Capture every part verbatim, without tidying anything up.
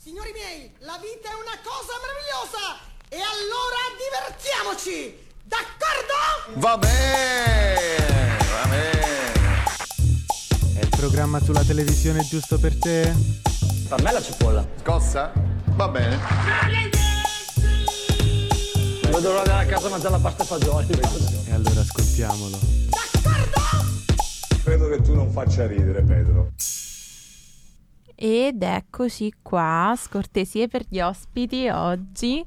Signori miei, la vita è una cosa meravigliosa e allora divertiamoci, d'accordo? Va bene, va bene. È il programma sulla televisione giusto per te? Per me la cipolla. Scossa? Va bene. Io dovrò andare a casa a mangiare la pasta e fagioli. E allora ascoltiamolo. D'accordo? Credo che tu non faccia ridere, Pedro. Ed eccoci qua, scortesie per gli ospiti oggi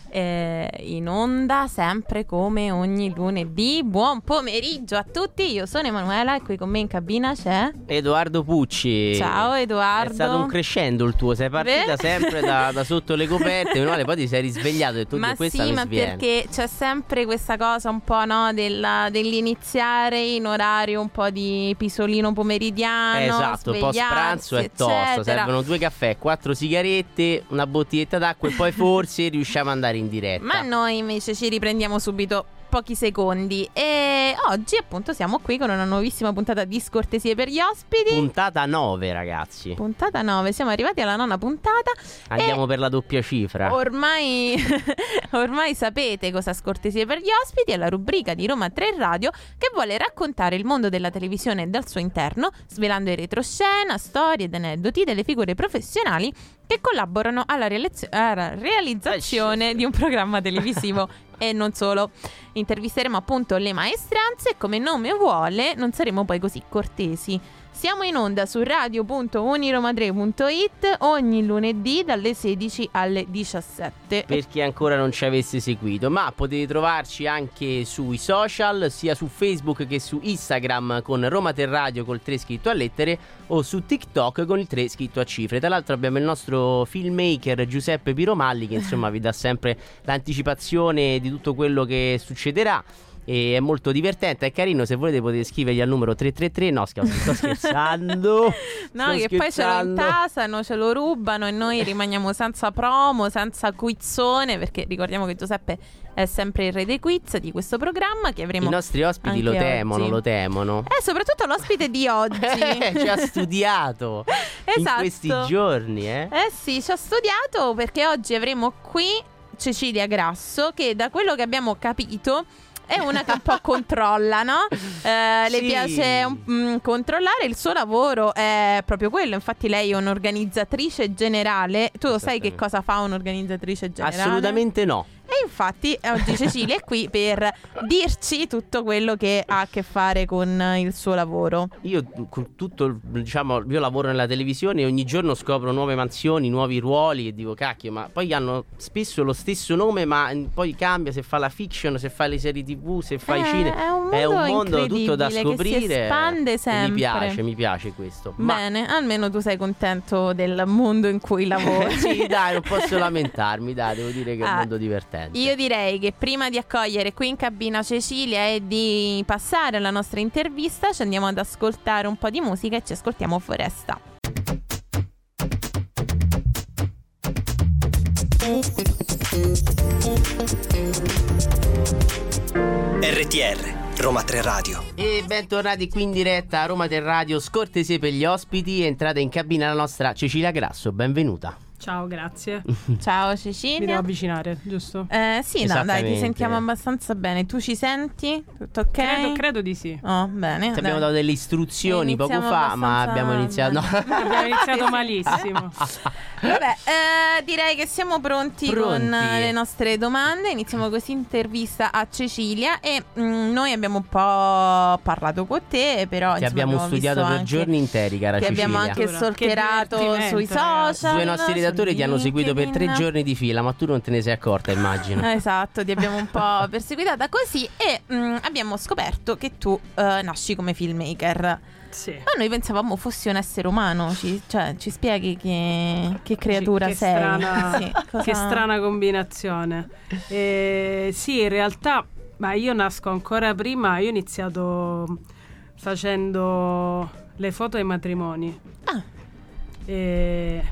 eh, in onda sempre come ogni lunedì. Buon pomeriggio a tutti, io sono Emanuela e qui con me in cabina c'è Edoardo Pucci. Ciao Edoardo. È stato un crescendo il tuo, sei partita Beh. sempre da, da sotto le coperte, meno male, poi ti sei risvegliato e tu ma questa sì, mi ma sviene. perché c'è sempre questa cosa un po', no, della, dell'iniziare in orario un po' di pisolino pomeridiano, Esatto, post pranzo è tosta, eccetera. servono due caffè, quattro sigarette, una bottiglietta d'acqua e poi forse riusciamo ad andare in diretta. Ma noi invece ci riprendiamo subito pochi secondi e oggi appunto siamo qui con una nuovissima puntata di Scortesie per gli ospiti. Puntata nove, ragazzi. Puntata nove, siamo arrivati alla nona puntata. Andiamo e per la doppia cifra. Ormai ormai sapete cosa Scortesie per gli ospiti è la rubrica di Roma tre Radio che vuole raccontare il mondo della televisione dal suo interno, svelando in retroscena storie ed aneddoti delle figure professionali che collaborano alla, realizz- alla realizzazione di un programma televisivo. E non solo, intervisteremo appunto le maestranze e come nome vuole non saremo poi così cortesi. Siamo in onda su radio punto uniroma tre punto it ogni lunedì dalle sedici alle diciassette. Per chi ancora non ci avesse seguito, ma potete trovarci anche sui social, sia su Facebook che su Instagram con Roma tre Radio col tre scritto a lettere o su TikTok con il tre scritto a cifre. Tra l'altro abbiamo il nostro filmmaker Giuseppe Piromalli che insomma vi dà sempre l'anticipazione di tutto quello che succederà. E è molto divertente, è carino, se volete potete scrivergli al numero tre tre tre. No, sto scherzando. No, sto che poi ce lo scherzando. intasano, ce lo rubano e noi rimaniamo senza promo, senza quizzone, perché ricordiamo che Giuseppe è sempre il re dei quiz di questo programma che avremo. I nostri ospiti anche lo temono, oggi. lo temono. Eh, soprattutto l'ospite di oggi. Ci ha studiato in Esatto. questi giorni, eh? Eh sì, ci ha studiato perché oggi avremo qui Cecilia Grasso che da quello che abbiamo capito è una che un po' controlla, no? Eh, le Sì. piace mm, controllare, il suo lavoro è proprio quello. Infatti lei è un'organizzatrice generale. Tu lo sai che cosa fa un'organizzatrice generale? Assolutamente no. E infatti oggi Cecilia è qui per dirci tutto quello che ha a che fare con il suo lavoro. Io con tutto, diciamo, io lavoro nella televisione e ogni giorno scopro nuove mansioni, nuovi ruoli e dico cacchio, ma poi hanno spesso lo stesso nome, ma poi cambia se fa la fiction, se fa le serie tv, se fa Eh, i cine. è un È un mondo mondo tutto da incredibile che si scoprire. espande E sempre. Mi piace, mi piace questo. Ma Bene, almeno tu sei contento del mondo in cui lavori. sì, dai, non posso lamentarmi, dai, devo dire che è un Ah, mondo divertente. Io direi che prima di accogliere qui in cabina Cecilia e di passare alla nostra intervista ci andiamo ad ascoltare un po' di musica e ci ascoltiamo Foresta. R T R Roma tre Radio. E bentornati qui in diretta a Roma tre Radio, scortesie per gli ospiti. Entrate in cabina la nostra Cecilia Grasso, benvenuta. Ciao, grazie. Ciao Mi devo Cecilia. avvicinare, giusto? Eh, sì, no, dai, ti Esattamente. sentiamo abbastanza bene. Tu ci senti? Tutto ok? Credo, credo di sì. Oh, bene. Ci abbiamo dai. dato delle istruzioni poco Iniziamo fa, ma abbastanza abbiamo iniziato. No. Abbiamo iniziato malissimo. Vabbè, eh, direi che siamo pronti, Pronti. con eh, le nostre domande. Iniziamo questa intervista a Cecilia e mm, noi abbiamo un po' parlato con te, però Ti insomma, abbiamo studiato visto per anche giorni interi, cara che Cecilia. abbiamo anche Che stalkerato divertimento, sui ragazzi. social. Due nostri redattori su ti hanno seguito per tre LinkedIn. giorni di fila, ma tu non te ne sei accorta, immagino. Eh, Esatto, ti abbiamo un po' perseguitata così e mm, abbiamo scoperto che tu eh, nasci come filmmaker. Sì. Ma noi pensavamo fossi un essere umano, ci, cioè ci spieghi che, che creatura che sei? Strana, Sì, cosa- Che strana combinazione. Eh, sì, in realtà, ma io nasco ancora prima. Io ho iniziato facendo le foto ai matrimoni. Ah. E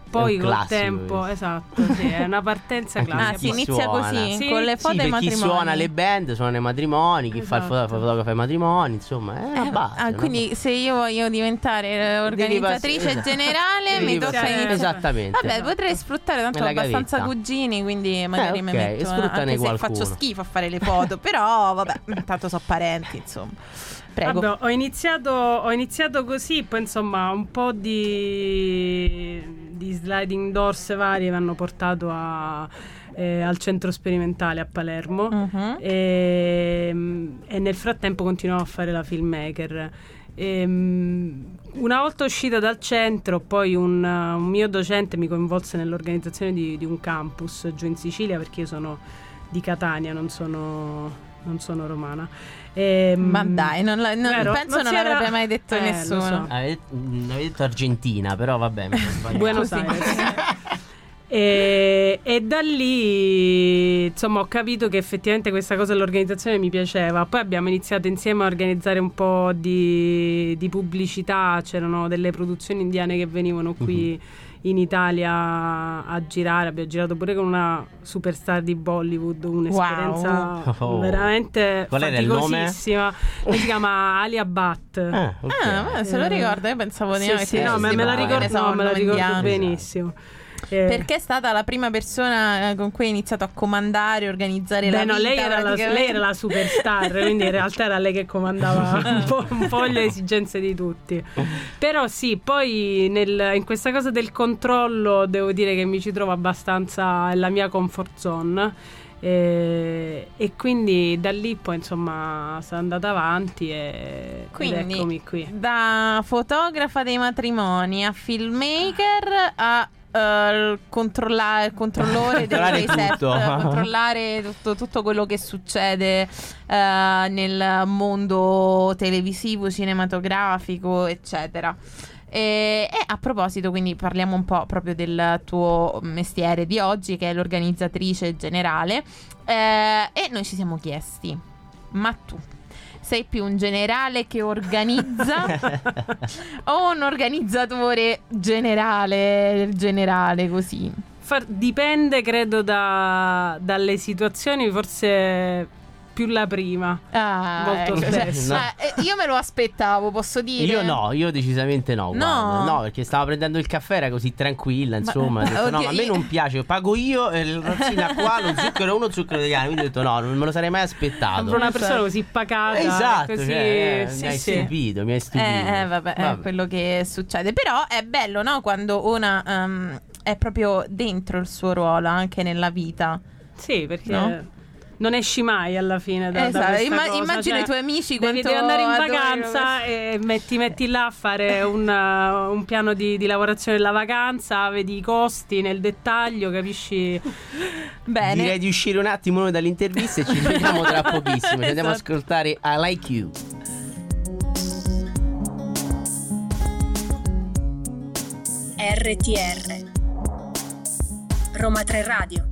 poi un col classico tempo, questo. esatto, sì, è una partenza classica. Ah, si inizia suona. così, Sì. con le Sì, foto per ai chi matrimoni. suona le band, suona i matrimoni, chi fa il Esatto. foto- fotografo ai matrimoni, insomma, è una Eh, base. ah, una quindi se io voglio diventare eh, organizzatrice Devi pass- generale Devi mi pass- tocca iniziare. Esattamente. Vabbè, potrei sfruttare, tanto ho Nella abbastanza gavetta. cugini, quindi magari Eh, mi ok, metto, sfruttane anche se qualcuno. faccio schifo a fare le foto, però vabbè, tanto so parenti, insomma. Prego. Vabbè, ho iniziato, ho iniziato così, poi insomma un po' di, di sliding doors varie mi hanno portato a, eh, al centro sperimentale a Palermo. Mhm. e, e nel frattempo continuavo a fare la filmmaker. E, una volta uscita dal centro, poi un, un mio docente mi coinvolse nell'organizzazione di, di un campus giù in Sicilia, perché io sono di Catania, non sono, non sono romana. E, Ma dai, non la- non- vero? penso non, si era- l'avrebbe mai detto Eh, lo nessuno. so. Avete, mm, avete detto Argentina, però vabbè, mi sono sbagliato. Buenos Così. Aires. E, e da lì insomma ho capito che effettivamente questa cosa dell'organizzazione mi piaceva. Poi abbiamo iniziato insieme a organizzare un po' di, di pubblicità, c'erano delle produzioni indiane che venivano qui in Italia a girare. Abbiamo girato pure con una superstar di Bollywood, un'esperienza Wow. Oh. veramente Qual era il nome? faticosissima. Lei si chiama Alia Bhatt. Ah, ok. Ah, ma se lo ricorda, io pensavo di Sì, no. sì, che no, si me, me la parla, ricordo, che ne so, no, un me la nome ricordo indiano. benissimo. Eh, Perché è stata la prima persona eh, con cui hai iniziato a comandare, organizzare la Beh, no, vita. lei era, la, praticamente. lei era la superstar, quindi in realtà era lei che comandava un po', un po' le esigenze di tutti. Però sì, poi nel- in questa cosa del controllo devo dire che mi ci trovo abbastanza, è la mia comfort zone. E, e quindi da lì poi insomma sono andata avanti e ed Quindi, eccomi qui. da fotografa dei matrimoni a filmmaker a eh, controlla- il controllore del Controllare set, tutto. controllare tutto, tutto quello che succede eh, nel mondo televisivo, cinematografico, eccetera. E, e a proposito, quindi parliamo un po' proprio del tuo mestiere di oggi, che è l'organizzatrice generale, eh, e noi ci siamo chiesti: ma tu sei più un generale che organizza o un organizzatore generale, generale così? Far- dipende credo da- dalle situazioni, forse più la prima. Ah, Molto ecco, cioè, spesso. ah, eh, io me lo aspettavo, posso dire? Io no, io decisamente no. No. guarda. No, perché stavo prendendo il caffè, era così tranquilla, insomma. ho detto, oddio, no, ma a me io- non piace, pago io, e il razzina qua, lo zucchero uno, zucchero degli anni. Quindi ho detto no, non me lo sarei mai aspettato. Sembra una persona così pacata. Esatto, così, cioè, eh, sì, mi hai sì. stupito, mi hai stupito. Eh, eh, vabbè, è quello che succede. Però è bello, no? Quando una ehm, è proprio dentro il suo ruolo anche nella vita. Sì, perché No? non esci mai alla fine da, da Esatto, questa imma- cosa, immagino cioè, i tuoi amici devi, quanto devi andare in adorano vacanza e metti, metti là a fare un, uh, un piano di, di lavorazione della vacanza, vedi i costi nel dettaglio, capisci? Bene. Direi di uscire un attimo noi dall'intervista e ci vediamo tra pochissimo. Ci andiamo ad Esatto. ascoltare I Like You. R T R Roma tre Radio.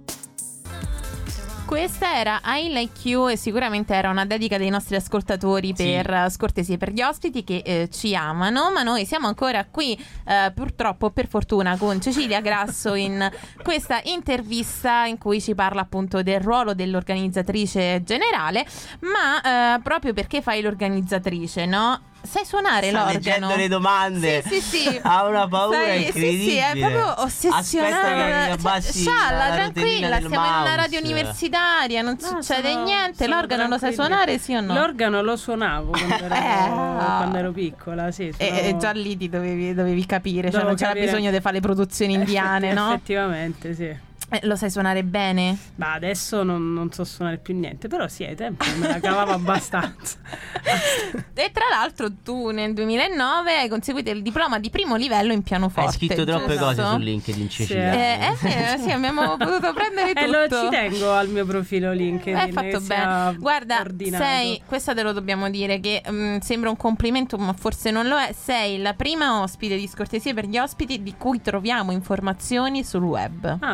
Questa era I Like You e sicuramente era una dedica dei nostri ascoltatori Sì. per eh, scortesie per gli ospiti che eh, ci amano, ma noi siamo ancora qui eh, purtroppo, per fortuna, con Cecilia Grasso in questa intervista in cui ci parla appunto del ruolo dell'organizzatrice generale, ma eh, proprio perché fai l'organizzatrice, no? Sai suonare Sta l'organo? leggendo le domande. Sì, sì, sì. Ha una paura Sai, incredibile. Sì, sì, è proprio ossessionata. Aspetta che abbassi Scialla, la- la tranquilla, rotellina del siamo in una mouse. radio universitaria, non No, succede sono- niente. sono L'organo lo sai tranquilla. suonare, sì o no? L'organo lo suonavo quando ero, Eh. quando ero piccola, sì. E, suonavo- e già lì ti dovevi, dovevi capire, cioè Dovevo non c'era capire. bisogno di fare le produzioni indiane, Effetti- no? Effettivamente, sì. Eh, lo sai suonare bene? Ma adesso non, non so suonare più niente, però sì, ai tempi me la cavavo abbastanza. E tra l'altro tu nel duemilanove hai conseguito il diploma di primo livello in pianoforte. Hai scritto troppe giusto? cose su LinkedIn, Cecilia. Eh, è vero, sì, abbiamo potuto prendere tutto. E lo ci tengo al mio profilo LinkedIn. Hai fatto che sia bene. Guarda, ordinato. sei, questa te lo dobbiamo dire che mm, sembra un complimento, ma forse non lo è. Sei la prima ospite di Scortesie per gli ospiti di cui troviamo informazioni sul web. Ah, che bello.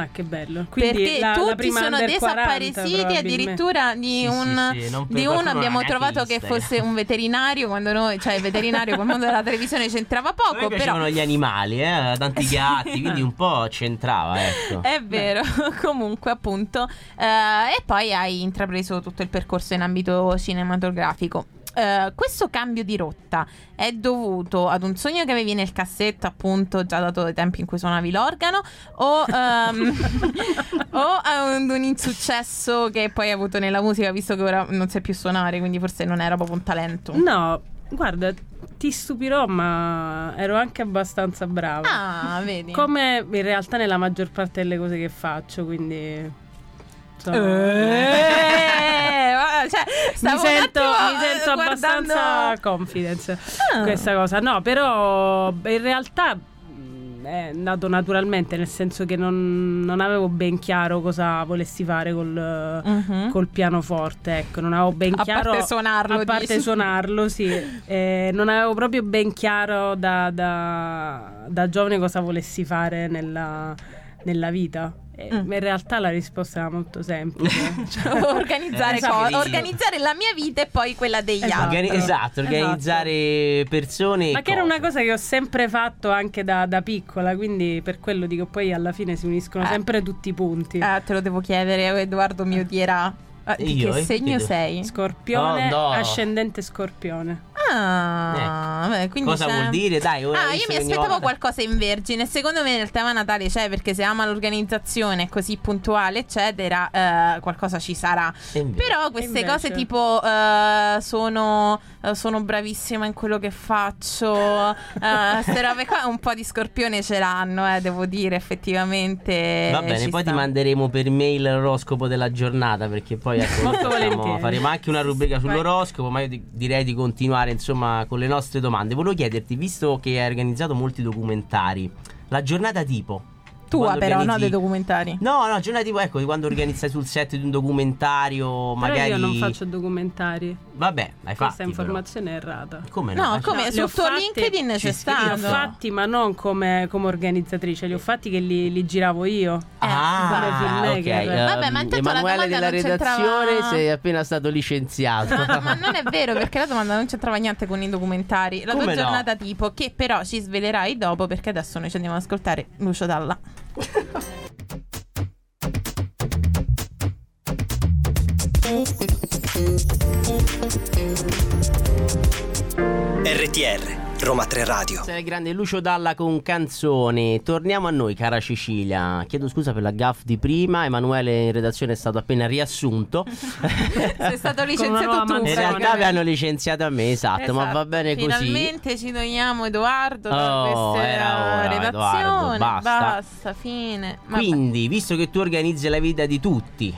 bello. Quindi perché la, tutti la prima sono under quaranta, desaparecidos, addirittura di Sì, un sì, sì, non di per uno qualcuno abbiamo non è trovato neanche che Instagram. fosse un veterinario, quando noi, cioè il veterinario col mondo della televisione c'entrava A poco, me però piacevano gli animali, eh, tanti gatti, quindi un po' c'entrava, ecco. è vero. Comunque appunto eh, e poi hai intrapreso tutto il percorso in ambito cinematografico. Uh, questo cambio di rotta è dovuto ad un sogno che avevi nel cassetto, appunto, già dato dai tempi in cui suonavi l'organo, o, um, o a un, un insuccesso che poi hai avuto nella musica, visto che ora non sai più suonare, quindi forse non era proprio un talento? No, guarda, ti stupirò, ma ero anche abbastanza brava. Ah, vedi? Come in realtà nella maggior parte delle cose che faccio, quindi... insomma, Eh, cioè, mi stavo un sento, attimo, mi sento eh, guardando- abbastanza confidence Ah. questa cosa. No, però in realtà mh, è nato naturalmente, nel senso che non, non avevo ben chiaro cosa volessi fare col, Mhm. col pianoforte. Ecco, non avevo ben A chiaro. parte suonarlo, A parte dici. suonarlo, sì. Eh, non avevo proprio ben chiaro da, da, da giovane cosa volessi fare nella, nella vita. E Mm. in realtà la risposta era molto semplice. Cioè, organizzare, Esatto. co- organizzare la mia vita e poi quella degli Esatto. altri. Organi- esatto, organizzare persone e Ma che era una cose. cosa che ho sempre fatto anche da, da piccola, quindi per quello dico, poi alla fine si uniscono Eh. sempre tutti i punti. Eh, te lo devo chiedere, Edoardo mi odierà. Ah, di Io, che eh, segno chiedo. sei? Scorpione, Oh, no. ascendente scorpione. Ah, beh, quindi Cosa c'è- vuol dire? Dai, ora Ah, io visto mi che ogni aspettavo volta- qualcosa in Vergine. Secondo me nel tema Natale c'è, perché se ama l'organizzazione è così puntuale, eccetera, eh, qualcosa ci sarà. E invece- Però queste invece? cose tipo eh, sono, eh, sono bravissima in quello che faccio, eh, ste robe qua un po' di Scorpione ce l'hanno, eh, devo dire, effettivamente. Va bene, ci poi sta. ti manderemo per mail l'oroscopo della giornata, perché poi ecco, Molto possiamo- volentieri. faremo anche una rubrica sull'oroscopo, ma io di- direi di continuare insomma con le nostre domande. Volevo chiederti, visto che hai organizzato molti documentari, la giornata tipo Tua quando però, organizzi- no dei documentari. No, no, giornata tipo, ecco, di quando organizzai sul set di un documentario, magari Però io non faccio documentari. Vabbè, hai Questa fatti è però. informazione errata. Come no? No, Eh, come li sul ho tuo fatti- LinkedIn ci c'è scrivi, Li ho stato. fatti, ma non come, come organizzatrice, li ho fatti che li, li giravo io. Ah, come filmmaker. ok. Vabbè, ma intanto la Emanuele domanda della non c'entrava- redazione sei appena stato licenziato. No, ma non è vero, perché la domanda non c'entrava niente con i documentari. La Come tua no? giornata tipo, che però ci svelerai dopo, perché adesso noi ci andiamo ad ascoltare Lucio Dalla. R T R, Roma tre Radio. Sei il grande Lucio Dalla con Canzone. Torniamo a noi, cara Cecilia. Chiedo scusa per la gaffe di prima. Emanuele in redazione è stato appena riassunto. Sei stato una licenziato nuova tu. In mansione. realtà mi hanno licenziato a me, esatto, Esatto. ma va bene così. Finalmente ci togliamo Edoardo da Oh, questa era ora, redazione. Edoardo, basta. Basta, fine. Vabbè. Quindi, visto che tu organizzi la vita di tutti,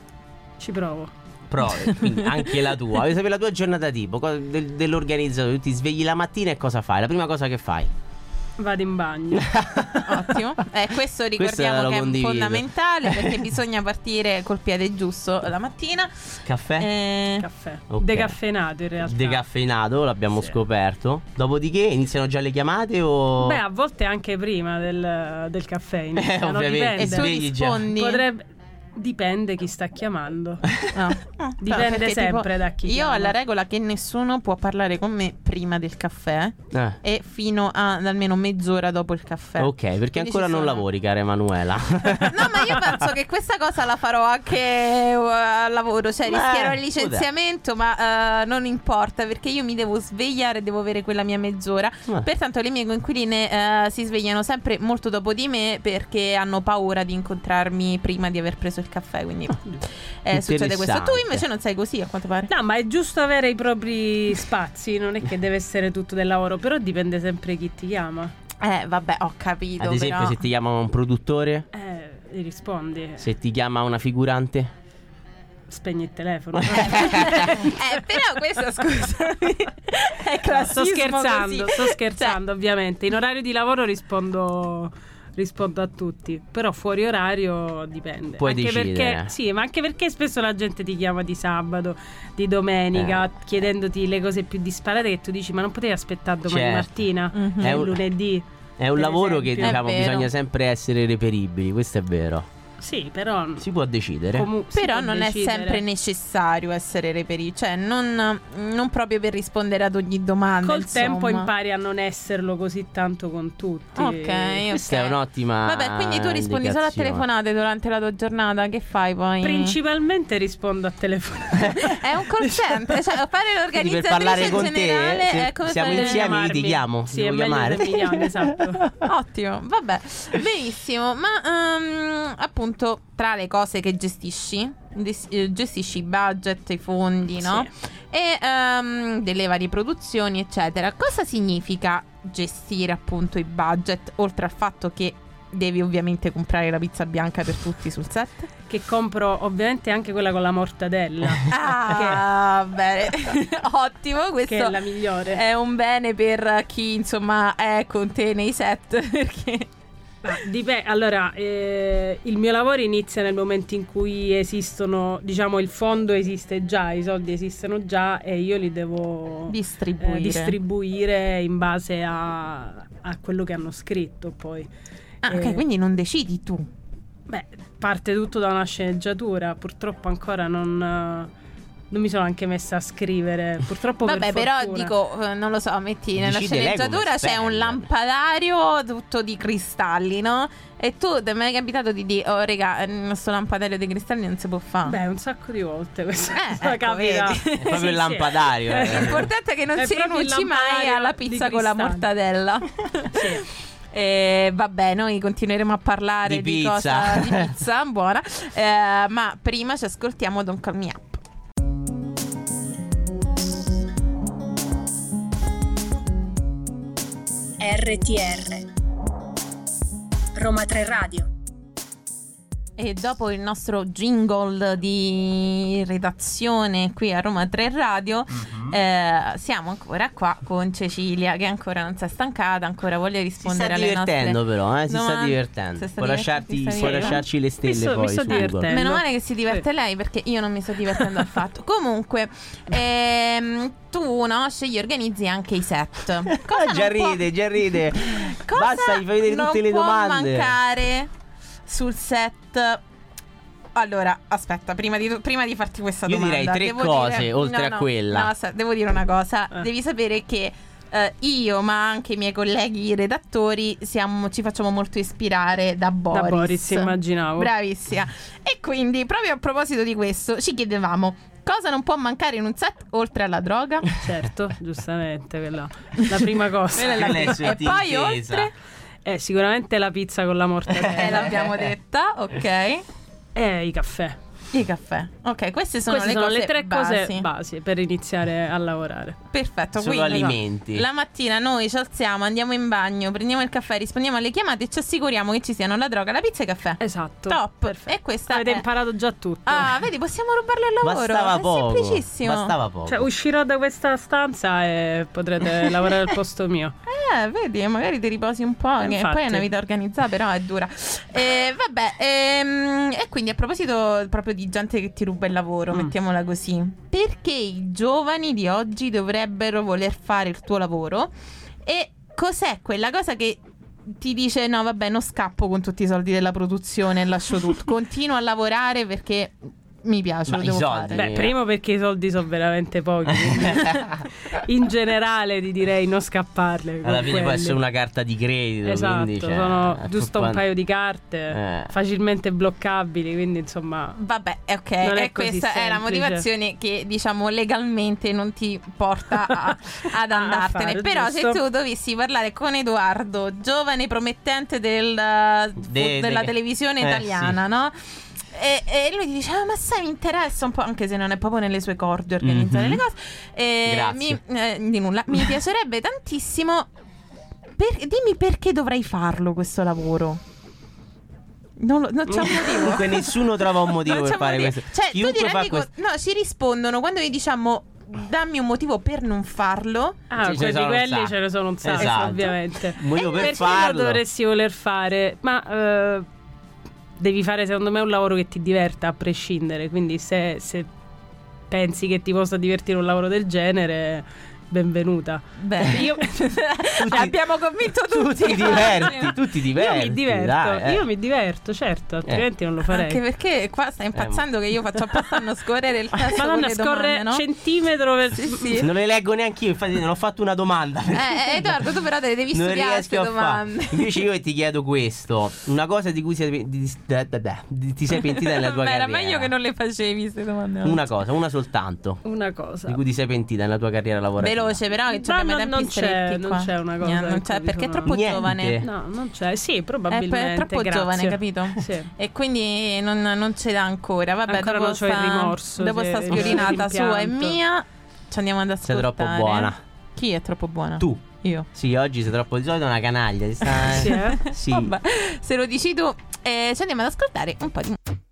Ci provo. provi, quindi anche la tua. Vuoi sapere la tua giornata tipo co- del- dell'organizzatore? Tu ti svegli la mattina e cosa fai? La prima cosa che fai? Vado in bagno. Ottimo. Eh, questo ricordiamo lo che condivido. è fondamentale, perché bisogna partire col piede giusto la mattina. Caffè? Eh, Caffè. Ok. Decaffeinato in realtà. Decaffeinato, l'abbiamo Sì. scoperto. Dopodiché iniziano già le chiamate o... Beh, a volte anche prima del, del caffè iniziano, ovviamente. e dipende. tu svegli già. rispondi. Potrebbe... Dipende chi sta chiamando. Ah. Ah, Dipende perché, sempre tipo, da chi Io chiama. ho la regola che nessuno può parlare con me prima del caffè Eh. e fino a almeno mezz'ora dopo il caffè. Ok, perché Quindi ancora ci non sono- lavori, cara Emanuela. No, ma io penso che questa cosa la farò anche uh, al lavoro. Cioè, Beh, rischierò il licenziamento, ma uh, non importa, perché io mi devo svegliare, devo avere quella mia mezz'ora. Eh. Pertanto le mie coinquiline uh, si svegliano sempre molto dopo di me, perché hanno paura di incontrarmi prima di aver preso il caffè. Quindi eh, succede questo. Tu Interessante. invece non sei così, a quanto pare. No, ma è giusto avere i propri spazi, non è che deve essere tutto del lavoro, però dipende sempre chi ti chiama. Eh, vabbè, ho capito. Ad esempio, però. se ti chiama un produttore, Eh, gli rispondi, se ti chiama una figurante. spegni il telefono. Eh, però questo, scusami, è classismo. Sto scherzando, così. sto scherzando, ovviamente. In orario di lavoro rispondo rispondo a tutti, però fuori orario dipende. Puoi anche decidere. perché sì, ma anche perché spesso la gente ti chiama di sabato, di domenica, Eh. chiedendoti le cose più disparate che tu dici "Ma non potevi aspettare domani Certo. mattina, Mhm. È È un- lunedì". È un Per lavoro esempio. che diciamo È vero. bisogna sempre essere reperibili, questo è vero. Sì, però si può decidere. Comu- si Però può non decidere. è sempre necessario essere reperibile, cioè non, non proprio per rispondere ad ogni domanda. Col insomma. tempo impari a non esserlo così tanto con tutti. Ok, Questa ok. è un'ottima Vabbè, quindi tu rispondi solo a indicazione. telefonate durante la tua giornata, che fai poi? Principalmente rispondo a telefonate. È un call center, cioè fare Quindi per l'organizzatrice parlare in con generale te, se è come siamo fare- insieme, io ti Chiamarmi. chiamo. Sì, ti è devo meglio chiamare. se mi chiami, esatto. Ottimo, vabbè, benissimo. Ma ehm, appunto, tra le cose che gestisci, des- eh, gestisci i budget, i fondi, no? Sì. E ehm, delle varie produzioni, eccetera. Cosa significa gestire appunto i budget, oltre al fatto che devi ovviamente comprare la pizza bianca per tutti sul set? Che compro ovviamente anche quella con la mortadella. Ah, bene. Ottimo, questo Che è la migliore. è un bene per chi insomma è con te nei set, perché Ah, dipende. Allora, eh, il mio lavoro inizia nel momento in cui esistono, diciamo, il fondo esiste già, i soldi esistono già e io li devo distribuire. eh, distribuire in base a, a quello che hanno scritto poi. Ah, ok, Eh, quindi non decidi tu. Beh, parte tutto da una sceneggiatura, purtroppo ancora non... Non mi sono anche messa a scrivere, purtroppo. Vabbè, per però fortuna. dico, eh, non lo so, metti nella Decide lei come sceneggiatura c'è un spende. lampadario tutto di cristalli, no? E tu ti è mai capitato di dire, oh raga, il nostro lampadario dei cristalli non si può fare? Beh, un sacco di volte questa Eh, cosa ecco, capita. vedi. È proprio Sì, il sì. lampadario. Eh, eh. L'importante è che non È si proprio il rinunci mai lampadario alla di pizza con la cristalli. mortadella. Sì. E vabbè, noi continueremo a parlare Di di, pizza. cosa di pizza buona. Eh, ma prima ci ascoltiamo Don't Call Me Up. R T R Roma tre Radio. E dopo il nostro jingle di redazione qui a Roma tre Radio, Mhm. eh, siamo ancora qua con Cecilia, che ancora non si è stancata, ancora vuole Si rispondere sta alle nostre divertendo però, eh? si sta domande. divertendo. Si sta Può divertendo, lasciarti, si sta può divertendo. lasciarci le stelle Mi sto- poi mi sto su Google. divertendo. Meno male che si diverte Sì. lei, perché io non mi sto divertendo affatto. Comunque, ehm, tu no, scegli, organizzi anche i set. Cosa Ah, già non può- ride, già ride. Cosa Basta, gli fai vedere non tutte le può domande. mancare sul set? Allora, aspetta, prima di, prima di farti questa Io domanda direi tre devo cose, dire- oltre no, a no, quella. No, sa- devo dire una cosa. Eh. Devi sapere che eh, io, ma anche i miei colleghi redattori, siamo, ci facciamo molto ispirare da Boris. Da Boris, immaginavo. Bravissima. E quindi, proprio a proposito di questo, ci chiedevamo cosa non può mancare in un set oltre alla droga. Certo, giustamente, quella la prima cosa. Quella è la Quella è prima. E sottintesa. poi oltre Eh, sicuramente la pizza con la mortadella. eh, l'abbiamo detta, ok. E i caffè. I caffè. Ok, queste sono Queste le sono cose le tre basi. cose basi per iniziare a lavorare. Perfetto, Solo quindi alimenti. la mattina noi ci alziamo, andiamo in bagno, prendiamo il caffè, rispondiamo alle chiamate e ci assicuriamo che ci siano la droga, la pizza e il caffè. Esatto. Top. E questa Avete è... imparato già tutto. Ah, vedi, possiamo rubarle il lavoro. Bastava è poco. semplicissimo. Bastava poco. Cioè, uscirò da questa stanza e potrete lavorare al posto mio. Eh, vedi, magari ti riposi un po', che Infatti. poi è una vita organizzata, però è dura. E vabbè, ehm, e quindi a proposito proprio di gente che ti ruba il lavoro, Mm. mettiamola così, perché i giovani di oggi dovrebbero voler fare il tuo lavoro? E cos'è quella cosa che ti dice no, vabbè, non scappo con tutti i soldi della produzione e lascio tutto, continuo a lavorare perché mi piace, Ma lo i devo soldi? fare. Beh, primo perché i soldi sono veramente pochi. quindi in generale ti direi non scapparle. con Alla fine può quelli. essere una carta di credito. Esatto, quindi, cioè, sono eh, giusto un quando- paio di carte Eh. facilmente bloccabili, quindi insomma. Vabbè, ok, Non è e così questa è la semplice. motivazione che diciamo legalmente non ti porta a- ad andartene. fare, Però giusto. se tu dovessi parlare con Edoardo, giovane promettente del, De- della de- televisione eh, italiana, no? E, e lui ti dice ah, ma sai, mi interessa un po', anche se non è proprio nelle sue corde organizzare Mhm. le cose. E Grazie. mi, eh, di nulla. Mi piacerebbe tantissimo. Per- dimmi perché dovrei farlo questo lavoro. Non, lo- non c'è un motivo. Comunque nessuno trova un motivo Non per c'è fare motivo. questo. Cioè, tu Chiunque ti fa rendi questo. conto- no, ci rispondono quando gli diciamo dammi un motivo per non farlo. Ah, Sì, ce ne quelli sono un quelli sacco. ce ne sono un sacco, Esatto. ovviamente. Un motivo per Perché farlo. lo dovresti voler fare? Ma eh, devi fare secondo me un lavoro che ti diverta a prescindere. Quindi se, se pensi che ti possa divertire un lavoro del genere, benvenuta. Beh, io abbiamo convinto Tu tutti. ti diverti, tu ti diverti. Io mi diverto, dai, eh. io mi diverto, certo, altrimenti non lo farei. Anche perché qua sta impazzendo che io faccio apposta a non scorrere il testo. Madonna, con le scorre domande, no? centimetro per... Sì, sì. Non le leggo neanche io, infatti non ho fatto una domanda. Eh, Edoardo, tu però te le devi Non studiare riesco queste a domande. fare. Invece io ti chiedo questo: una cosa di cui sei, di, di, da- da- da- di- ti sei pentita nella tua Ma era carriera. meglio che non le facevi queste domande. Una cosa, una soltanto. Una cosa. Di cui ti sei pentita nella tua carriera lavorativa. Veloce, però che No, abbiamo i no, tempi non c'è, stretti non qua. c'è una cosa Niente, non in c'è cui perché è sono- troppo Niente. giovane. No, non c'è. Sì, È, probabilmente. è troppo grazie. giovane, capito? Sì. E quindi non, non ce l'ha ancora. Vabbè, Ancora dopo non c'ho il sta, rimorso, dopo sì, sta il sviolinata sua e rimpianto. mia, ci andiamo ad Sei ascoltare. troppo buona. Chi è troppo buona? Tu. Io. Sì, oggi sei troppo di solito una canaglia. Ti sta... Sì, eh? Sì. Vabbè, se lo dici tu, eh, ci andiamo ad ascoltare un po' di.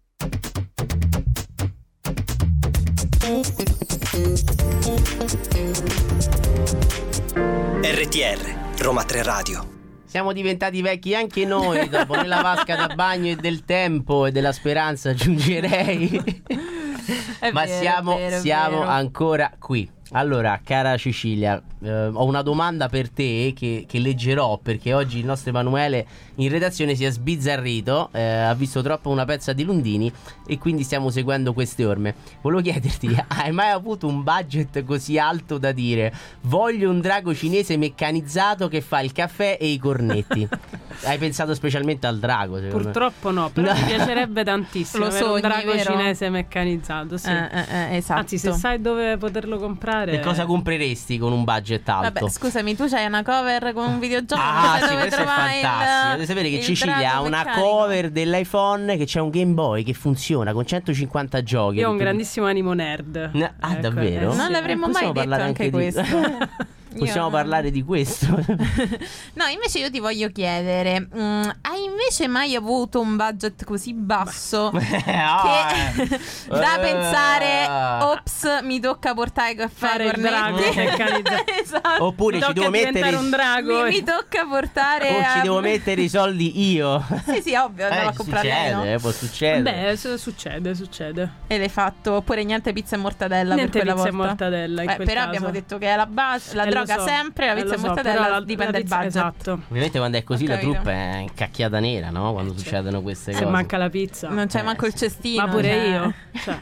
R T R, Roma tre Radio. Siamo diventati vecchi anche noi dopo nella vasca da bagno e del tempo e della speranza, aggiungerei. È Ma vero, siamo, è vero, è siamo vero. ancora qui. Allora, cara Cecilia, eh, ho una domanda per te che, che leggerò perché oggi il nostro Emanuele in redazione si è sbizzarrito, eh, ha visto troppo una pezza di Lundini e quindi stiamo seguendo queste orme. Volevo chiederti, hai mai avuto un budget così alto da dire voglio un drago cinese meccanizzato che fa il caffè e i cornetti? Hai pensato specialmente al drago, secondo me? Purtroppo no, però mi piacerebbe tantissimo Lo avere un sogni, drago vero? cinese meccanizzato, sì. Eh, eh, eh, esatto. Anzi, se sai dove poterlo comprare. E cosa compreresti con un budget alto? Vabbè, scusami, tu c'hai una cover con un videogioco. Ah, sai sì, dove questo è trovai fantastico. il, Devi sapere che il Cecilia drago ha una meccanico. cover dell'iPhone che c'è un Game Boy che funziona con centocinquanta giochi. Io ho un grandissimo animo nerd. No, ah, Ecco, davvero? eh, Non sì. l'avremmo Eh, mai possiamo detto parlare anche, anche di- questo. Possiamo Io- parlare di questo? No, invece io ti voglio chiedere, mm, hai invece mai avuto un budget così basso Oh, che eh. da Eh. pensare, ops, mi tocca portare caffè Fare ai il drago cornetti? meccanizzato. Esatto. Oppure Mi ci tocca devo diventare mettere un drago. Mi, mi tocca portare o ci a- devo mettere i soldi io. Sì, sì, ovvio, andavo Eh, a comprare lei, succede, no? eh, può succedere. Beh, su- succede, succede. E l'hai fatto, oppure niente pizza e mortadella Niente per quella pizza e volta? mortadella in Eh, quel però caso. abbiamo detto che è la base, la Eh, lo droga so, sempre, la eh, pizza lo e so, mortadella però la- dipende la dal pizza- budget. Esatto. Ovviamente quando è così Ho la capito. truppa è cacchiata nera, no? Quando succedono queste Se cose. manca la pizza. Non c'è Eh, manco il sì. cestino. Ma pure cioè. io. Cioè.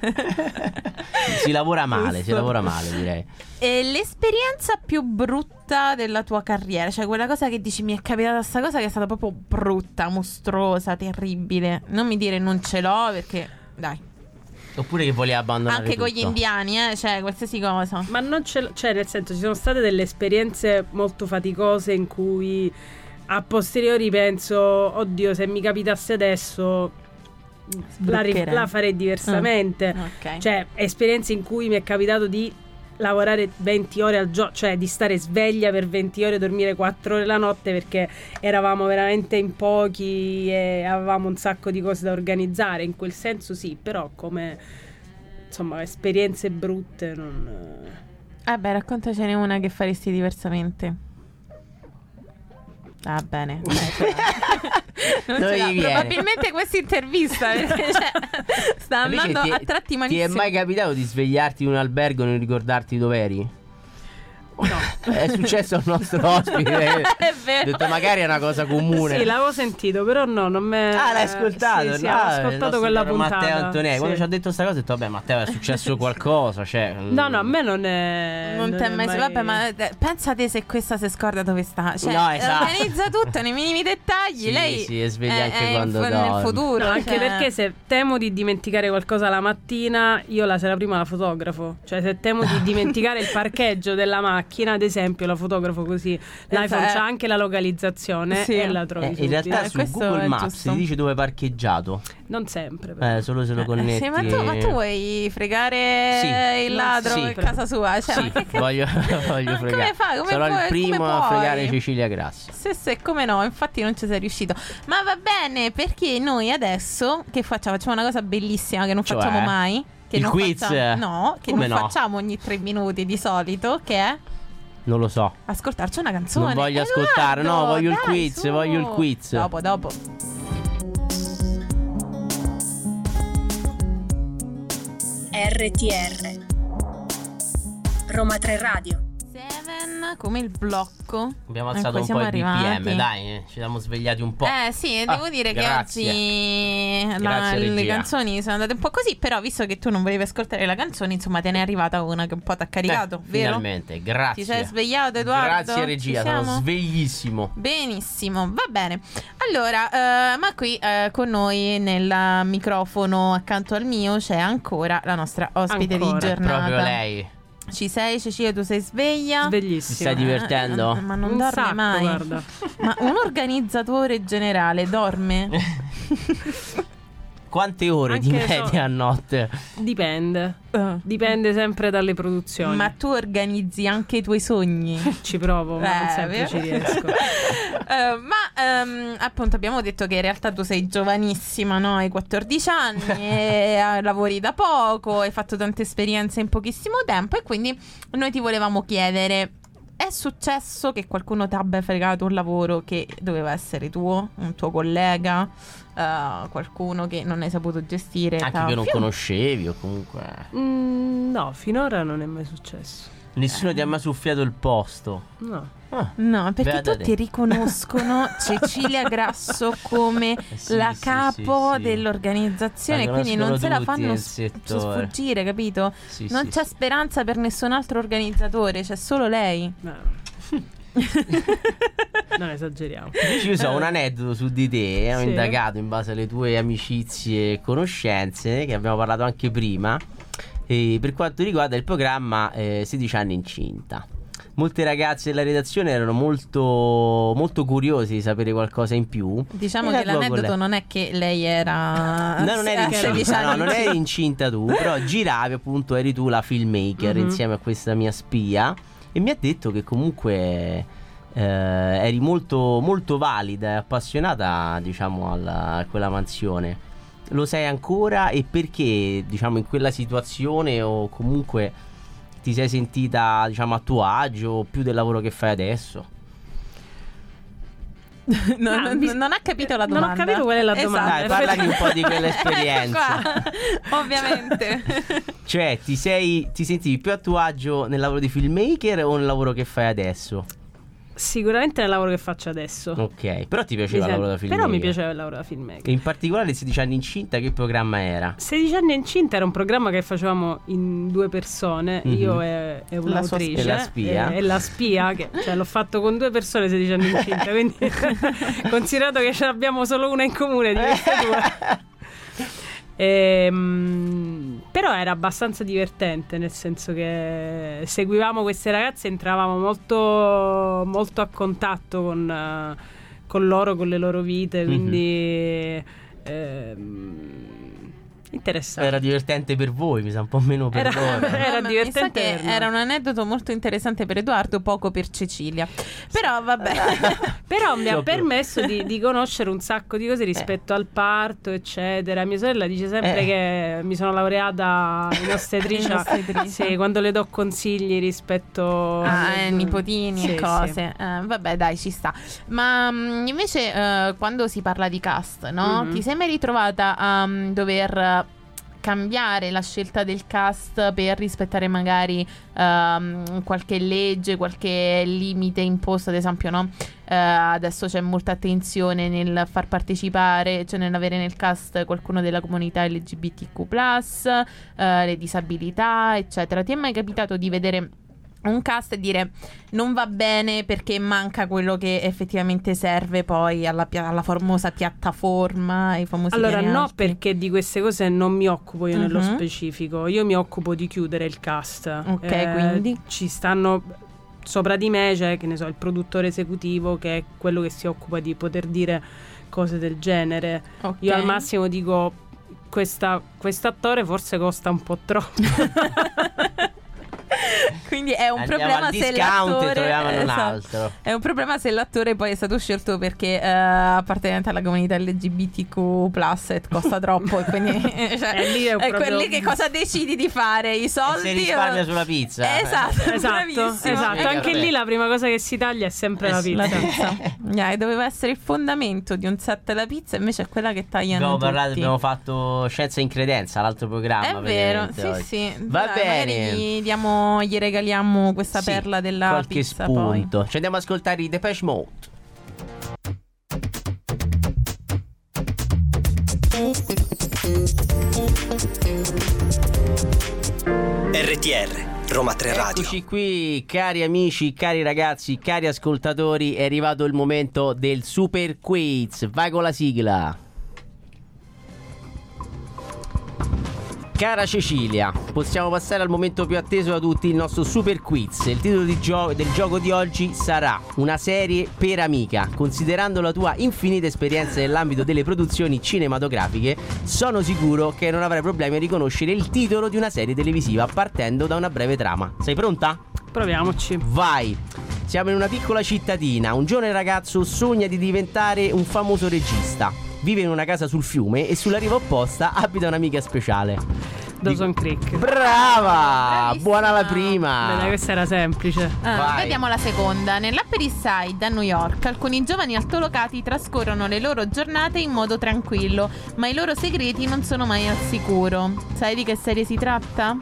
Si lavora male, si Giusto. lavora male, direi. E l'esperienza più brutta della tua carriera, cioè quella cosa che dici mi è capitata sta cosa che è stata proprio brutta, mostruosa, terribile. Non mi dire non ce l'ho perché dai. Oppure che voleva abbandonare Anche con gli tutto. indiani, eh, cioè qualsiasi cosa. Ma non c'è, cioè nel senso ci sono state delle esperienze molto faticose in cui a posteriori penso, oddio, se mi capitasse adesso la, ri- Sbloccherei. la farei diversamente. Mm, ok. Cioè esperienze in cui mi è capitato di lavorare venti ore al giorno, cioè di stare sveglia per venti ore, dormire quattro ore la notte perché eravamo veramente in pochi e avevamo un sacco di cose da organizzare. In quel senso sì, però come insomma esperienze brutte non... Eh beh, raccontacene una che faresti diversamente. Ah, bene. Dai, ce l'ha. Non Dove ce l'ha. gli viene? Probabilmente questa intervista perché, cioè, sta Invece andando ti è- a tratti Ti è malissimo. mai capitato di svegliarti in un albergo e non ricordarti dov'eri? No. È successo al nostro ospite. È Ho vero. detto magari è una cosa comune. Sì, l'avevo sentito, però no, non me... Ah, l'hai ascoltato? Sì, sì, No, ho il ascoltato nostro quella caro puntata. Matteo Antonelli. Sì. Quando ci ha detto sta cosa ho detto vabbè Matteo è successo qualcosa, cioè, No, no, a me non è... Non ti è mai... Vabbè, ma eh, pensa te se questa si scorda dove sta. Cioè, No, esatto. organizza tutto nei minimi dettagli. Sì, Lei sì, e sveglia è- anche è quando in- dorme. nel futuro. No, anche cioè- perché se temo di dimenticare qualcosa la mattina, io la sera prima la fotografo. Cioè se temo di dimenticare il parcheggio della macchina, ad esempio, la fotografo così. L'iPhone Eh, c'ha anche la localizzazione sì. e la trovi Eh, in subito. realtà Eh, su questo Google è Maps giusto. ti dice dove è parcheggiato. Non sempre, però. Eh, solo se lo Eh, connetti. sì, ma tu, ma tu vuoi fregare Sì. il ladro Sì. a casa sua? Cioè, Sì, ma che- voglio, voglio Ma fregare. come fai? Come Sarò puoi- il primo come a puoi? fregare Cecilia Grassi. Se, se, come no, infatti non ci sei riuscito. Ma va bene, perché noi adesso che facciamo? Facciamo una cosa bellissima che non Cioè? facciamo mai. Che Il non quiz? facciamo- no, che Come non no? facciamo ogni tre minuti di solito, che è Non lo so. ascoltarci una canzone. Non voglio Edoardo, ascoltare, no, voglio il dai, quiz, su. voglio il quiz. Dopo, dopo. R T R Roma tre Radio. Seven come il blocco. Abbiamo a alzato cui un siamo po' il B P arrivati. M, dai, eh, ci siamo svegliati un po'. Eh sì, Ah, devo dire grazie. che oggi la- Grazie, le regia. canzoni sono andate un po' così, però visto che tu non volevi ascoltare la canzone, insomma te ne è arrivata una che un po' ti ha caricato, Eh, vero? Finalmente, grazie. Ti sei svegliato, Edoardo? Grazie regia, Ci sono siamo? sveglissimo. Benissimo, va bene. Allora, eh, ma qui eh, con noi nel microfono accanto al mio c'è ancora la nostra ospite Ancora. di giornata. Proprio lei. Ci sei, Cecilia? Tu sei sveglia? Bellissimo. Ti stai divertendo? Eh, ma non Un dorme sacco, mai. guarda. Ma un organizzatore generale dorme? Quante ore di Anche media so- a notte? Dipende. Eh. Dipende sempre dalle produzioni. Ma tu organizzi anche i tuoi sogni? Ci provo, ma non Eh, sempre vero? ci riesco. Eh, ma ehm, appunto abbiamo detto che in realtà tu sei giovanissima, no? Hai quattordici anni e eh, lavori da poco, hai fatto tante esperienze in pochissimo tempo e quindi noi ti volevamo chiedere: è successo che qualcuno ti abbia fregato un lavoro che doveva essere tuo, un tuo collega, eh, qualcuno che non hai saputo gestire? Anche t'ha- che non Fiu! conoscevi o comunque Mm, no, finora non è mai successo. nessuno ti ha mai soffiato il posto. No. Ah, No, perché beata tutti te. riconoscono Cecilia Grasso come Eh sì, la sì, capo sì, sì. dell'organizzazione, La quindi non se la conoscono fanno tutti s- nel settore. sfuggire, capito? Sì, Non sì, c'è sì. speranza per nessun altro organizzatore, c'è solo lei. No. Non esageriamo. Invece io so un aneddoto su di te, ho Sì. indagato in base alle tue amicizie e conoscenze, che abbiamo parlato anche prima, e per quanto riguarda il programma eh, sedici anni incinta. Molte ragazze della redazione erano molto, molto curiose di sapere qualcosa in più. Diciamo Era che tua con l'aneddoto lei. non è che lei era No, non eri a sedici incinta, no, anni. non eri incinta tu, però giravi appunto, eri tu la filmmaker Mhm. insieme a questa mia spia e mi ha detto che comunque eh, eri molto, molto valida e appassionata, diciamo, alla- a quella mansione. Lo sei ancora e perché, diciamo, in quella situazione o comunque ti sei sentita, diciamo, a tuo agio più del lavoro che fai adesso? No, No, non, mi- non ha capito la non ho domanda. capito qual è la Esatto. domanda. Dai, parlami un po' di quell'esperienza. Ecco qua, ovviamente. Cioè, ti sei ti sentivi più a tuo agio nel lavoro di filmmaker o nel lavoro che fai adesso? Sicuramente nel lavoro che faccio adesso. Ok, però ti Mi piaceva il sento- lavoro da filmmaker. Però mi piaceva il lavoro da filmmaker. E in particolare sedici anni incinta, che programma era? sedici anni incinta era un programma che facevamo in due persone, Mhm. io e, e La sua un'autrice. spia. E la spia. E, e la spia, che cioè, l'ho fatto con due persone sedici anni incinta, quindi considerato che ce l'abbiamo solo una in comune di queste due. Ehm, però era abbastanza divertente, nel senso che seguivamo queste ragazze, entravamo molto, molto a contatto con, eh, con loro, con le loro vite, quindi ehm, interessante. Era divertente per voi, mi sa un po' meno per Era- loro. era Mamma, divertente mi sa per che noi. era un aneddoto molto interessante per Edoardo, poco per Cecilia. Però vabbè. Però mi ha Troppo. permesso di, di conoscere un sacco di cose rispetto al parto, eccetera. Mia sorella dice sempre Eh. che mi sono laureata in ostetricia, In ostetricia. sì, quando le do consigli rispetto Ah, alle- eh, nipotini Sì, e sì. cose. Eh, vabbè, dai, ci sta. Ma mh, invece, eh, quando si parla di cast, no? Mhm. Ti sei mai ritrovata a mm, dover eh, cambiare la scelta del cast per rispettare magari ehm, qualche legge, qualche limite imposto, ad esempio, no? Eh, adesso c'è molta attenzione nel far partecipare, cioè nell'avere nel cast qualcuno della comunità L G B T Q plus, eh, le disabilità, eccetera. Ti è mai capitato di vedere un cast e dire non va bene perché manca quello che effettivamente serve poi alla, pia- alla famosa piattaforma, ai famosi Allora, piani no, alti? perché di queste cose non mi occupo io nello Mhm. specifico. Io mi occupo di chiudere il cast. Ok, quindi? ci stanno sopra di me, c'è, che ne so, il produttore esecutivo, che è quello che si occupa di poter dire cose del genere. Ok. Io al massimo dico questa, quest'attore forse costa un po' troppo. Quindi è un Andiamo problema al se discount l'attore e troviamo un esatto. altro. È un problema se l'attore poi è stato scelto perché eh, appartenente alla comunità L G B T Q plus e costa troppo e quindi cioè, E lì è è proprio- quelli che cosa decidi di fare? I E soldi? si risparmia o- sulla pizza. Esatto, Esatto, bravissimo. esatto. Eh, Anche caffè. lì la prima cosa che si taglia è sempre Eh la sì. pizza. La pizza. Yeah, doveva essere il fondamento di un set la pizza, invece è quella che tagliano Abbiamo tutti. parlato, abbiamo fatto Scienza in Credenza, l'altro programma. È vero, praticamente sì, oggi. sì. Va Dai, magari bene. gli diamo, gli regaliamo regaliamo questa Sì, perla della qualche pizza spunto. poi. Ci andiamo ad ascoltare i Depeche Mode. R T R Roma tre Radio. Eccoci qui, cari amici, cari ragazzi, cari ascoltatori. È arrivato il momento del Super Quiz. Vai con la sigla. Cara Cecilia, possiamo passare al momento più atteso da tutti, il nostro Super Quiz. Il titolo di gio- del gioco di oggi sarà Una serie per amica. Considerando la tua infinita esperienza nell'ambito delle produzioni cinematografiche, sono sicuro che non avrai problemi a riconoscere il titolo di una serie televisiva partendo da una breve trama. Sei pronta? Proviamoci. Vai! Siamo in una piccola cittadina. Un giovane ragazzo sogna di diventare un famoso regista. Vive in una casa sul fiume e sulla riva opposta abita un'amica speciale. Dawson Creek. Brava! Bravissima. Buona la prima. Bene, questa era semplice. Ah, Vai. vediamo la seconda. Nell'Upper East Side a New York alcuni giovani altolocati trascorrono le loro giornate in modo tranquillo, ma i loro segreti non sono mai al sicuro. Sai di che serie si tratta?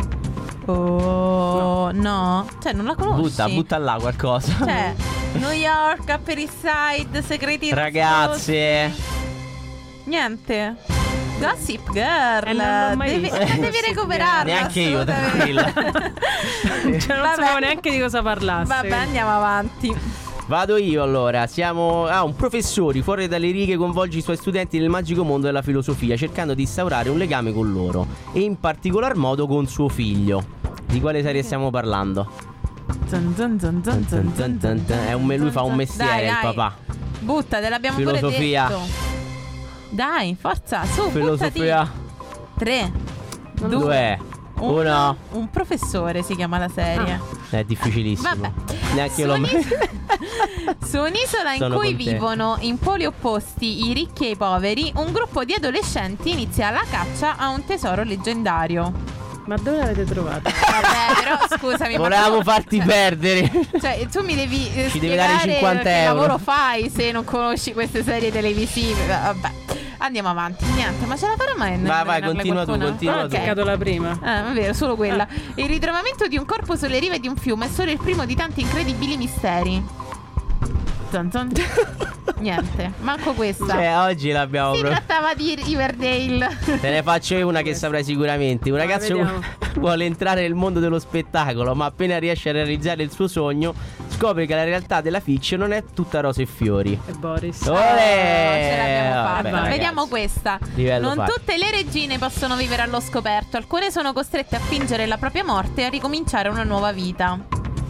Oh, no. no? Cioè, non la conosci? Butta, butta là qualcosa. Cioè, New York, Upper East Side, segreti Ragazze, nascosti. Niente. Gossip Girl. Eh, non l'ho mai devi, vista. devi Gossip recuperarla. neanche io, assolutamente. tranquilla. Cioè, non Vabbè. sapevo neanche di cosa parlasse. Vabbè, andiamo avanti. Vado io allora. Siamo ah, un professore fuori dalle righe coinvolge i suoi studenti nel magico mondo della filosofia, cercando di instaurare un legame con loro e in particolar modo con suo figlio. Di quale serie stiamo parlando? Zun, zun, zun, zun, zun, zun, zun, È un me- lui fa un mestiere, Dai, il dai. papà. Butta, te l'abbiamo Filosofia. pure detto. Dai, forza, su, Filosofia. buttati. Tre, due, Due. uno. Uno. Un professore si chiama la serie. È difficilissimo. Vabbè. Neanche io Su l'ho mai. un'isola- Su un'isola in Sono cui con te. vivono in poli opposti i ricchi e i poveri, un gruppo di adolescenti inizia la caccia a un tesoro leggendario. Ma dove l'avete trovato? Vabbè, però scusami, ma Volevamo tu- farti cioè, perdere. Cioè, tu mi devi eh, Ci devi dare spiegare cinquanta che euro. lavoro fai se non conosci queste serie televisive. Vabbè, andiamo avanti. Niente, ma ce la farà mai? Vai, vai, continua tu, continua Ah, ho tu. toccato la prima. Ah, è vero, solo quella. Il ritrovamento di un corpo sulle rive di un fiume è solo il primo di tanti incredibili misteri. Zon, zon. Niente, manco questa. Cioè, oggi l'abbiamo Si proprio. trattava di Riverdale. Te ne faccio io una che saprai sicuramente. Un ragazzo vediamo. vuole entrare nel mondo dello spettacolo, ma appena riesce a realizzare il suo sogno, scopre che la realtà della fiction non è tutta rose e fiori. E Boris. Olè! Ce l'abbiamo Vabbè, fatta. ragazzi. Vediamo questa. Livello Non fatto. tutte le regine possono vivere allo scoperto. Alcune sono costrette a fingere la propria morte e a ricominciare una nuova vita.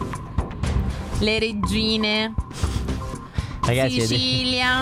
Le regine. Ragazzi, Sicilia.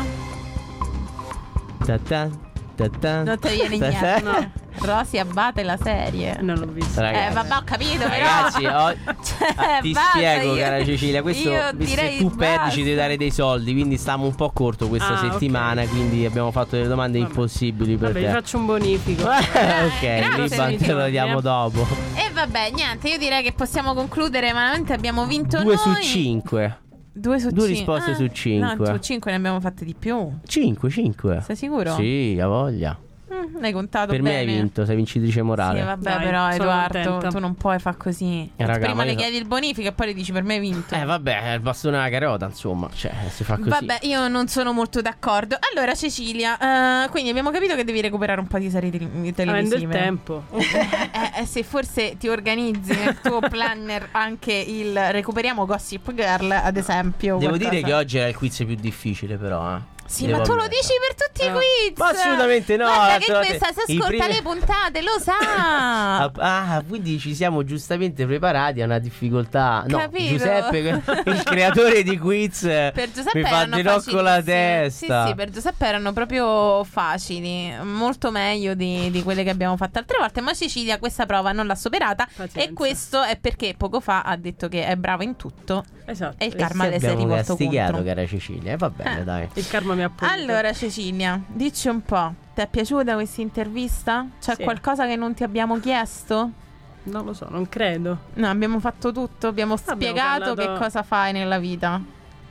ta ta, ta ta, Non ti viene ta ta. niente. No. Rosy abbatte la serie. Non l'ho visto. Ragazzi. Eh, vabbè, ho capito, però. Ragazzi, oh, Cioè, ah, ti basta, spiego, io- cara Cecilia. Questo, io visto direi che tu perdi, ci basta. devi dare dei soldi. Quindi stiamo un po' corto questa Ah, settimana. ok. Quindi abbiamo fatto delle domande Vabbè. impossibili per Vabbè, te. vi faccio un bonifico. ok, grazie, l'Iban te lo diamo eh. dopo. E vabbè, niente, io direi che possiamo concludere. Ma veramente abbiamo vinto Due noi. su cinque. Due su Due cin- risposte ah, su cinque. No, su cinque ne abbiamo fatte di più. Cinque, cinque. Sei sicuro? Sì, ha voglia. Mm, l'hai contato Per bene. me hai vinto, sei vincitrice morale. Sì, vabbè, Dai, però sono Edoardo, contenta. tu non puoi far così. Eh, raga, Prima ma le io so- chiedi il bonifico e poi le dici per me hai vinto. Eh vabbè, è il bastone alla carota, insomma. Cioè, si fa così. Vabbè, io non sono molto d'accordo. Allora, Cecilia, eh, quindi abbiamo capito che devi recuperare un po' di serie tele- televisive. Avendo il tempo. Eh, eh, se forse ti organizzi nel tuo planner anche il recuperiamo Gossip Girl, ad esempio. Devo qualcosa. dire che oggi era il quiz più difficile, però, eh. Sì, Devo ma tu lo ammettere. dici per tutti i Ah. quiz. Ma assolutamente no, Guarda che assolutamente. questa si I ascolta primi- le puntate, lo sa. Ah, ah, quindi ci siamo giustamente preparati a una difficoltà. No, Capito? Giuseppe, il creatore di quiz, Per Giuseppe mi fa erano di no con la facilissime. testa. Sì, sì, per Giuseppe erano proprio facili, molto meglio di, di quelle che abbiamo fatto altre volte. Ma Cecilia questa prova non l'ha superata. Pazienza. E questo è perché poco fa ha detto che è brava in tutto. Esatto. E il karma le si è Abbiamo rivolto castigato, contro. cara Cecilia. Eh, va bene, Eh. dai. Il karma mi ha punito. Allora Cecilia, dici un po', ti è piaciuta questa intervista? C'è Sì. qualcosa che non ti abbiamo chiesto? Non lo so, non credo. No, abbiamo fatto tutto, abbiamo Abbiamo spiegato parlato- che cosa fai nella vita.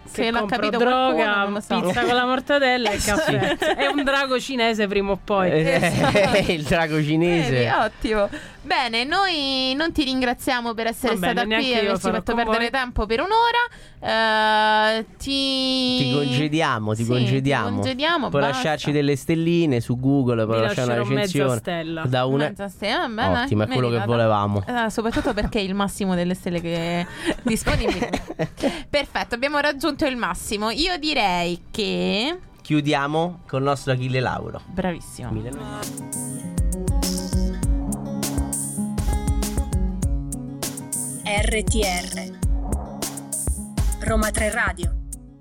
Se l'ha compro capito droga, qualcuno, non lo so. pizza con la mortadella e caffè. È un drago cinese prima o poi. Eh, il drago cinese. Vedi, ottimo. Bene, noi non ti ringraziamo per essere Va bene, stata qui neanche e io averci farò fatto con perdere voi. tempo per un'ora. Eh, ti... Ti congediamo, ti Sì, congediamo. ti congediamo, Puoi basta. lasciarci delle stelline su Google, puoi Vi lasciare una lascerò mezza recensione. stella. Da una... Mezza stella, bene, Ottimo, è quello che meritata. volevamo. Eh, soprattutto perché è il massimo delle stelle che è disponibile. Perfetto, abbiamo raggiunto il massimo. Io direi che... Chiudiamo con il nostro Achille Lauro. Bravissimo. R T R Roma tre Radio.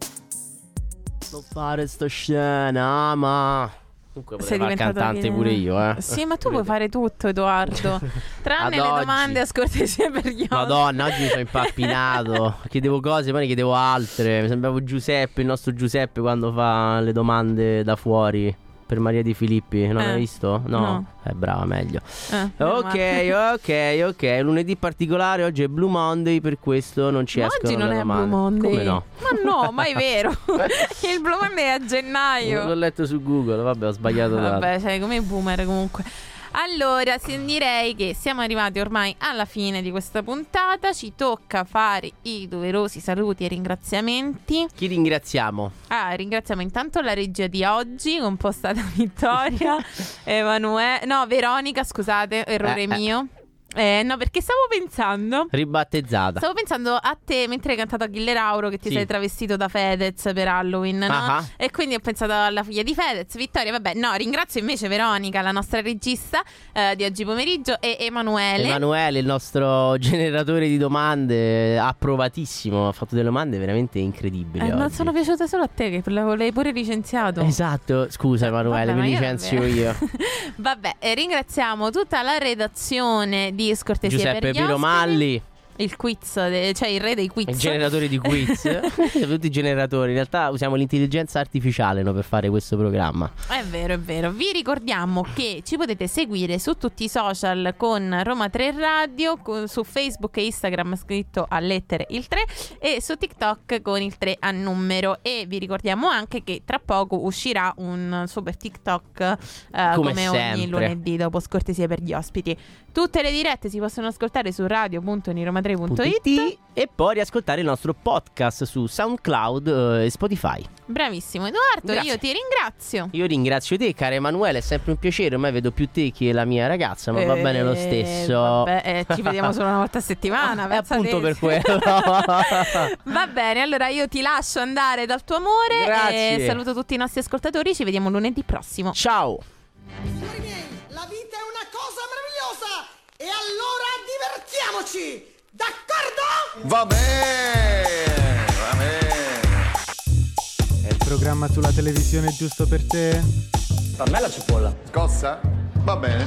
Non fare sto scena, ma... Comunque potrei fare cantante Achille- pure io, eh. Sì, ma tu puoi fare tutto, Edoardo. Tranne Ad le oggi. domande a scortesia per gli altri. Madonna, oggi mi sono impappinato. Chiedevo cose, poi ne chiedevo altre. Mi sembravo Giuseppe, il nostro Giuseppe, quando fa le domande da fuori per Maria Di Filippi. Non Eh, l'hai visto? No. no. Eh, brava, meglio. Eh, meno Ok, male. ok, ok. Lunedì particolare, oggi è Blue Monday, per questo non ci Ma escono oggi non le è domande. Blue Monday. Come no? Ma no, ma è vero. Il Blue Monday è a gennaio. L'ho letto su Google, vabbè, ho sbagliato dato. Vabbè, sei come i boomer comunque. Allora, se direi che siamo arrivati ormai alla fine di questa puntata. Ci tocca fare i doverosi saluti e ringraziamenti. Chi ringraziamo? Ah, ringraziamo intanto la regia di oggi, composta da Vittoria, Emanuele, no, Veronica, scusate, errore Eh, eh. mio. Eh, no, perché stavo pensando Ribattezzata. Stavo pensando a te mentre hai cantato Achille Lauro, che ti Sì. sei travestito da Fedez per Halloween, no? Ah. E quindi ho pensato alla figlia di Fedez, Vittoria. Vabbè, no, ringrazio invece Veronica, la nostra regista eh, di oggi pomeriggio, e Emanuele. Emanuele, il nostro generatore di domande, approvatissimo. Ha fatto delle domande veramente incredibili. Eh, non oggi. sono piaciute solo a te, che l'avevi pure licenziato. Esatto, scusa Emanuele, Vabbè, ma mi io licenzio davvero. io. Vabbè, e ringraziamo tutta la redazione di Scortesia Giuseppe per gli Piromalli, ospiti. Il quiz, de- cioè il re dei quiz. il generatore di quiz. Siamo tutti generatori. In realtà usiamo l'intelligenza artificiale, no, per fare questo programma. È vero, è vero. Vi ricordiamo che ci potete seguire su tutti i social con Roma tre Radio, con- su Facebook e Instagram scritto a lettere il tre, e su TikTok con il tre a numero. E vi ricordiamo anche che tra poco uscirà un super TikTok eh, Come come, ogni sempre. lunedì, dopo Scortesia per gli ospiti. Tutte le dirette si possono ascoltare su radio punto niroma tre punto it. E poi riascoltare il nostro podcast su SoundCloud eh, e Spotify. Bravissimo Edoardo, Grazie. io ti ringrazio. Io ringrazio te, cara Emanuele, è sempre un piacere. Ormai vedo più te che la mia ragazza, ma va Eh, bene lo stesso. Vabbè, eh, ci vediamo solo una volta a settimana. È pensa appunto te. per quello. Va bene, allora io ti lascio andare dal tuo amore. Grazie. E saluto tutti i nostri ascoltatori. Ci vediamo lunedì prossimo. Ciao. Signori miei, la vita è una cosa meravigliosa e allora divertiamoci, d'accordo? Va bene, va bene. È il programma sulla televisione giusto per te? Per me la cipolla. Scossa? Va bene.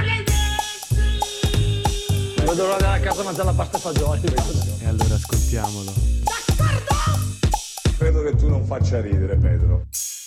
Non vedo l'ora di andare a casa a mangiare la pasta e fagioli. E allora ascoltiamolo. D'accordo? Credo che tu non faccia ridere, Pedro.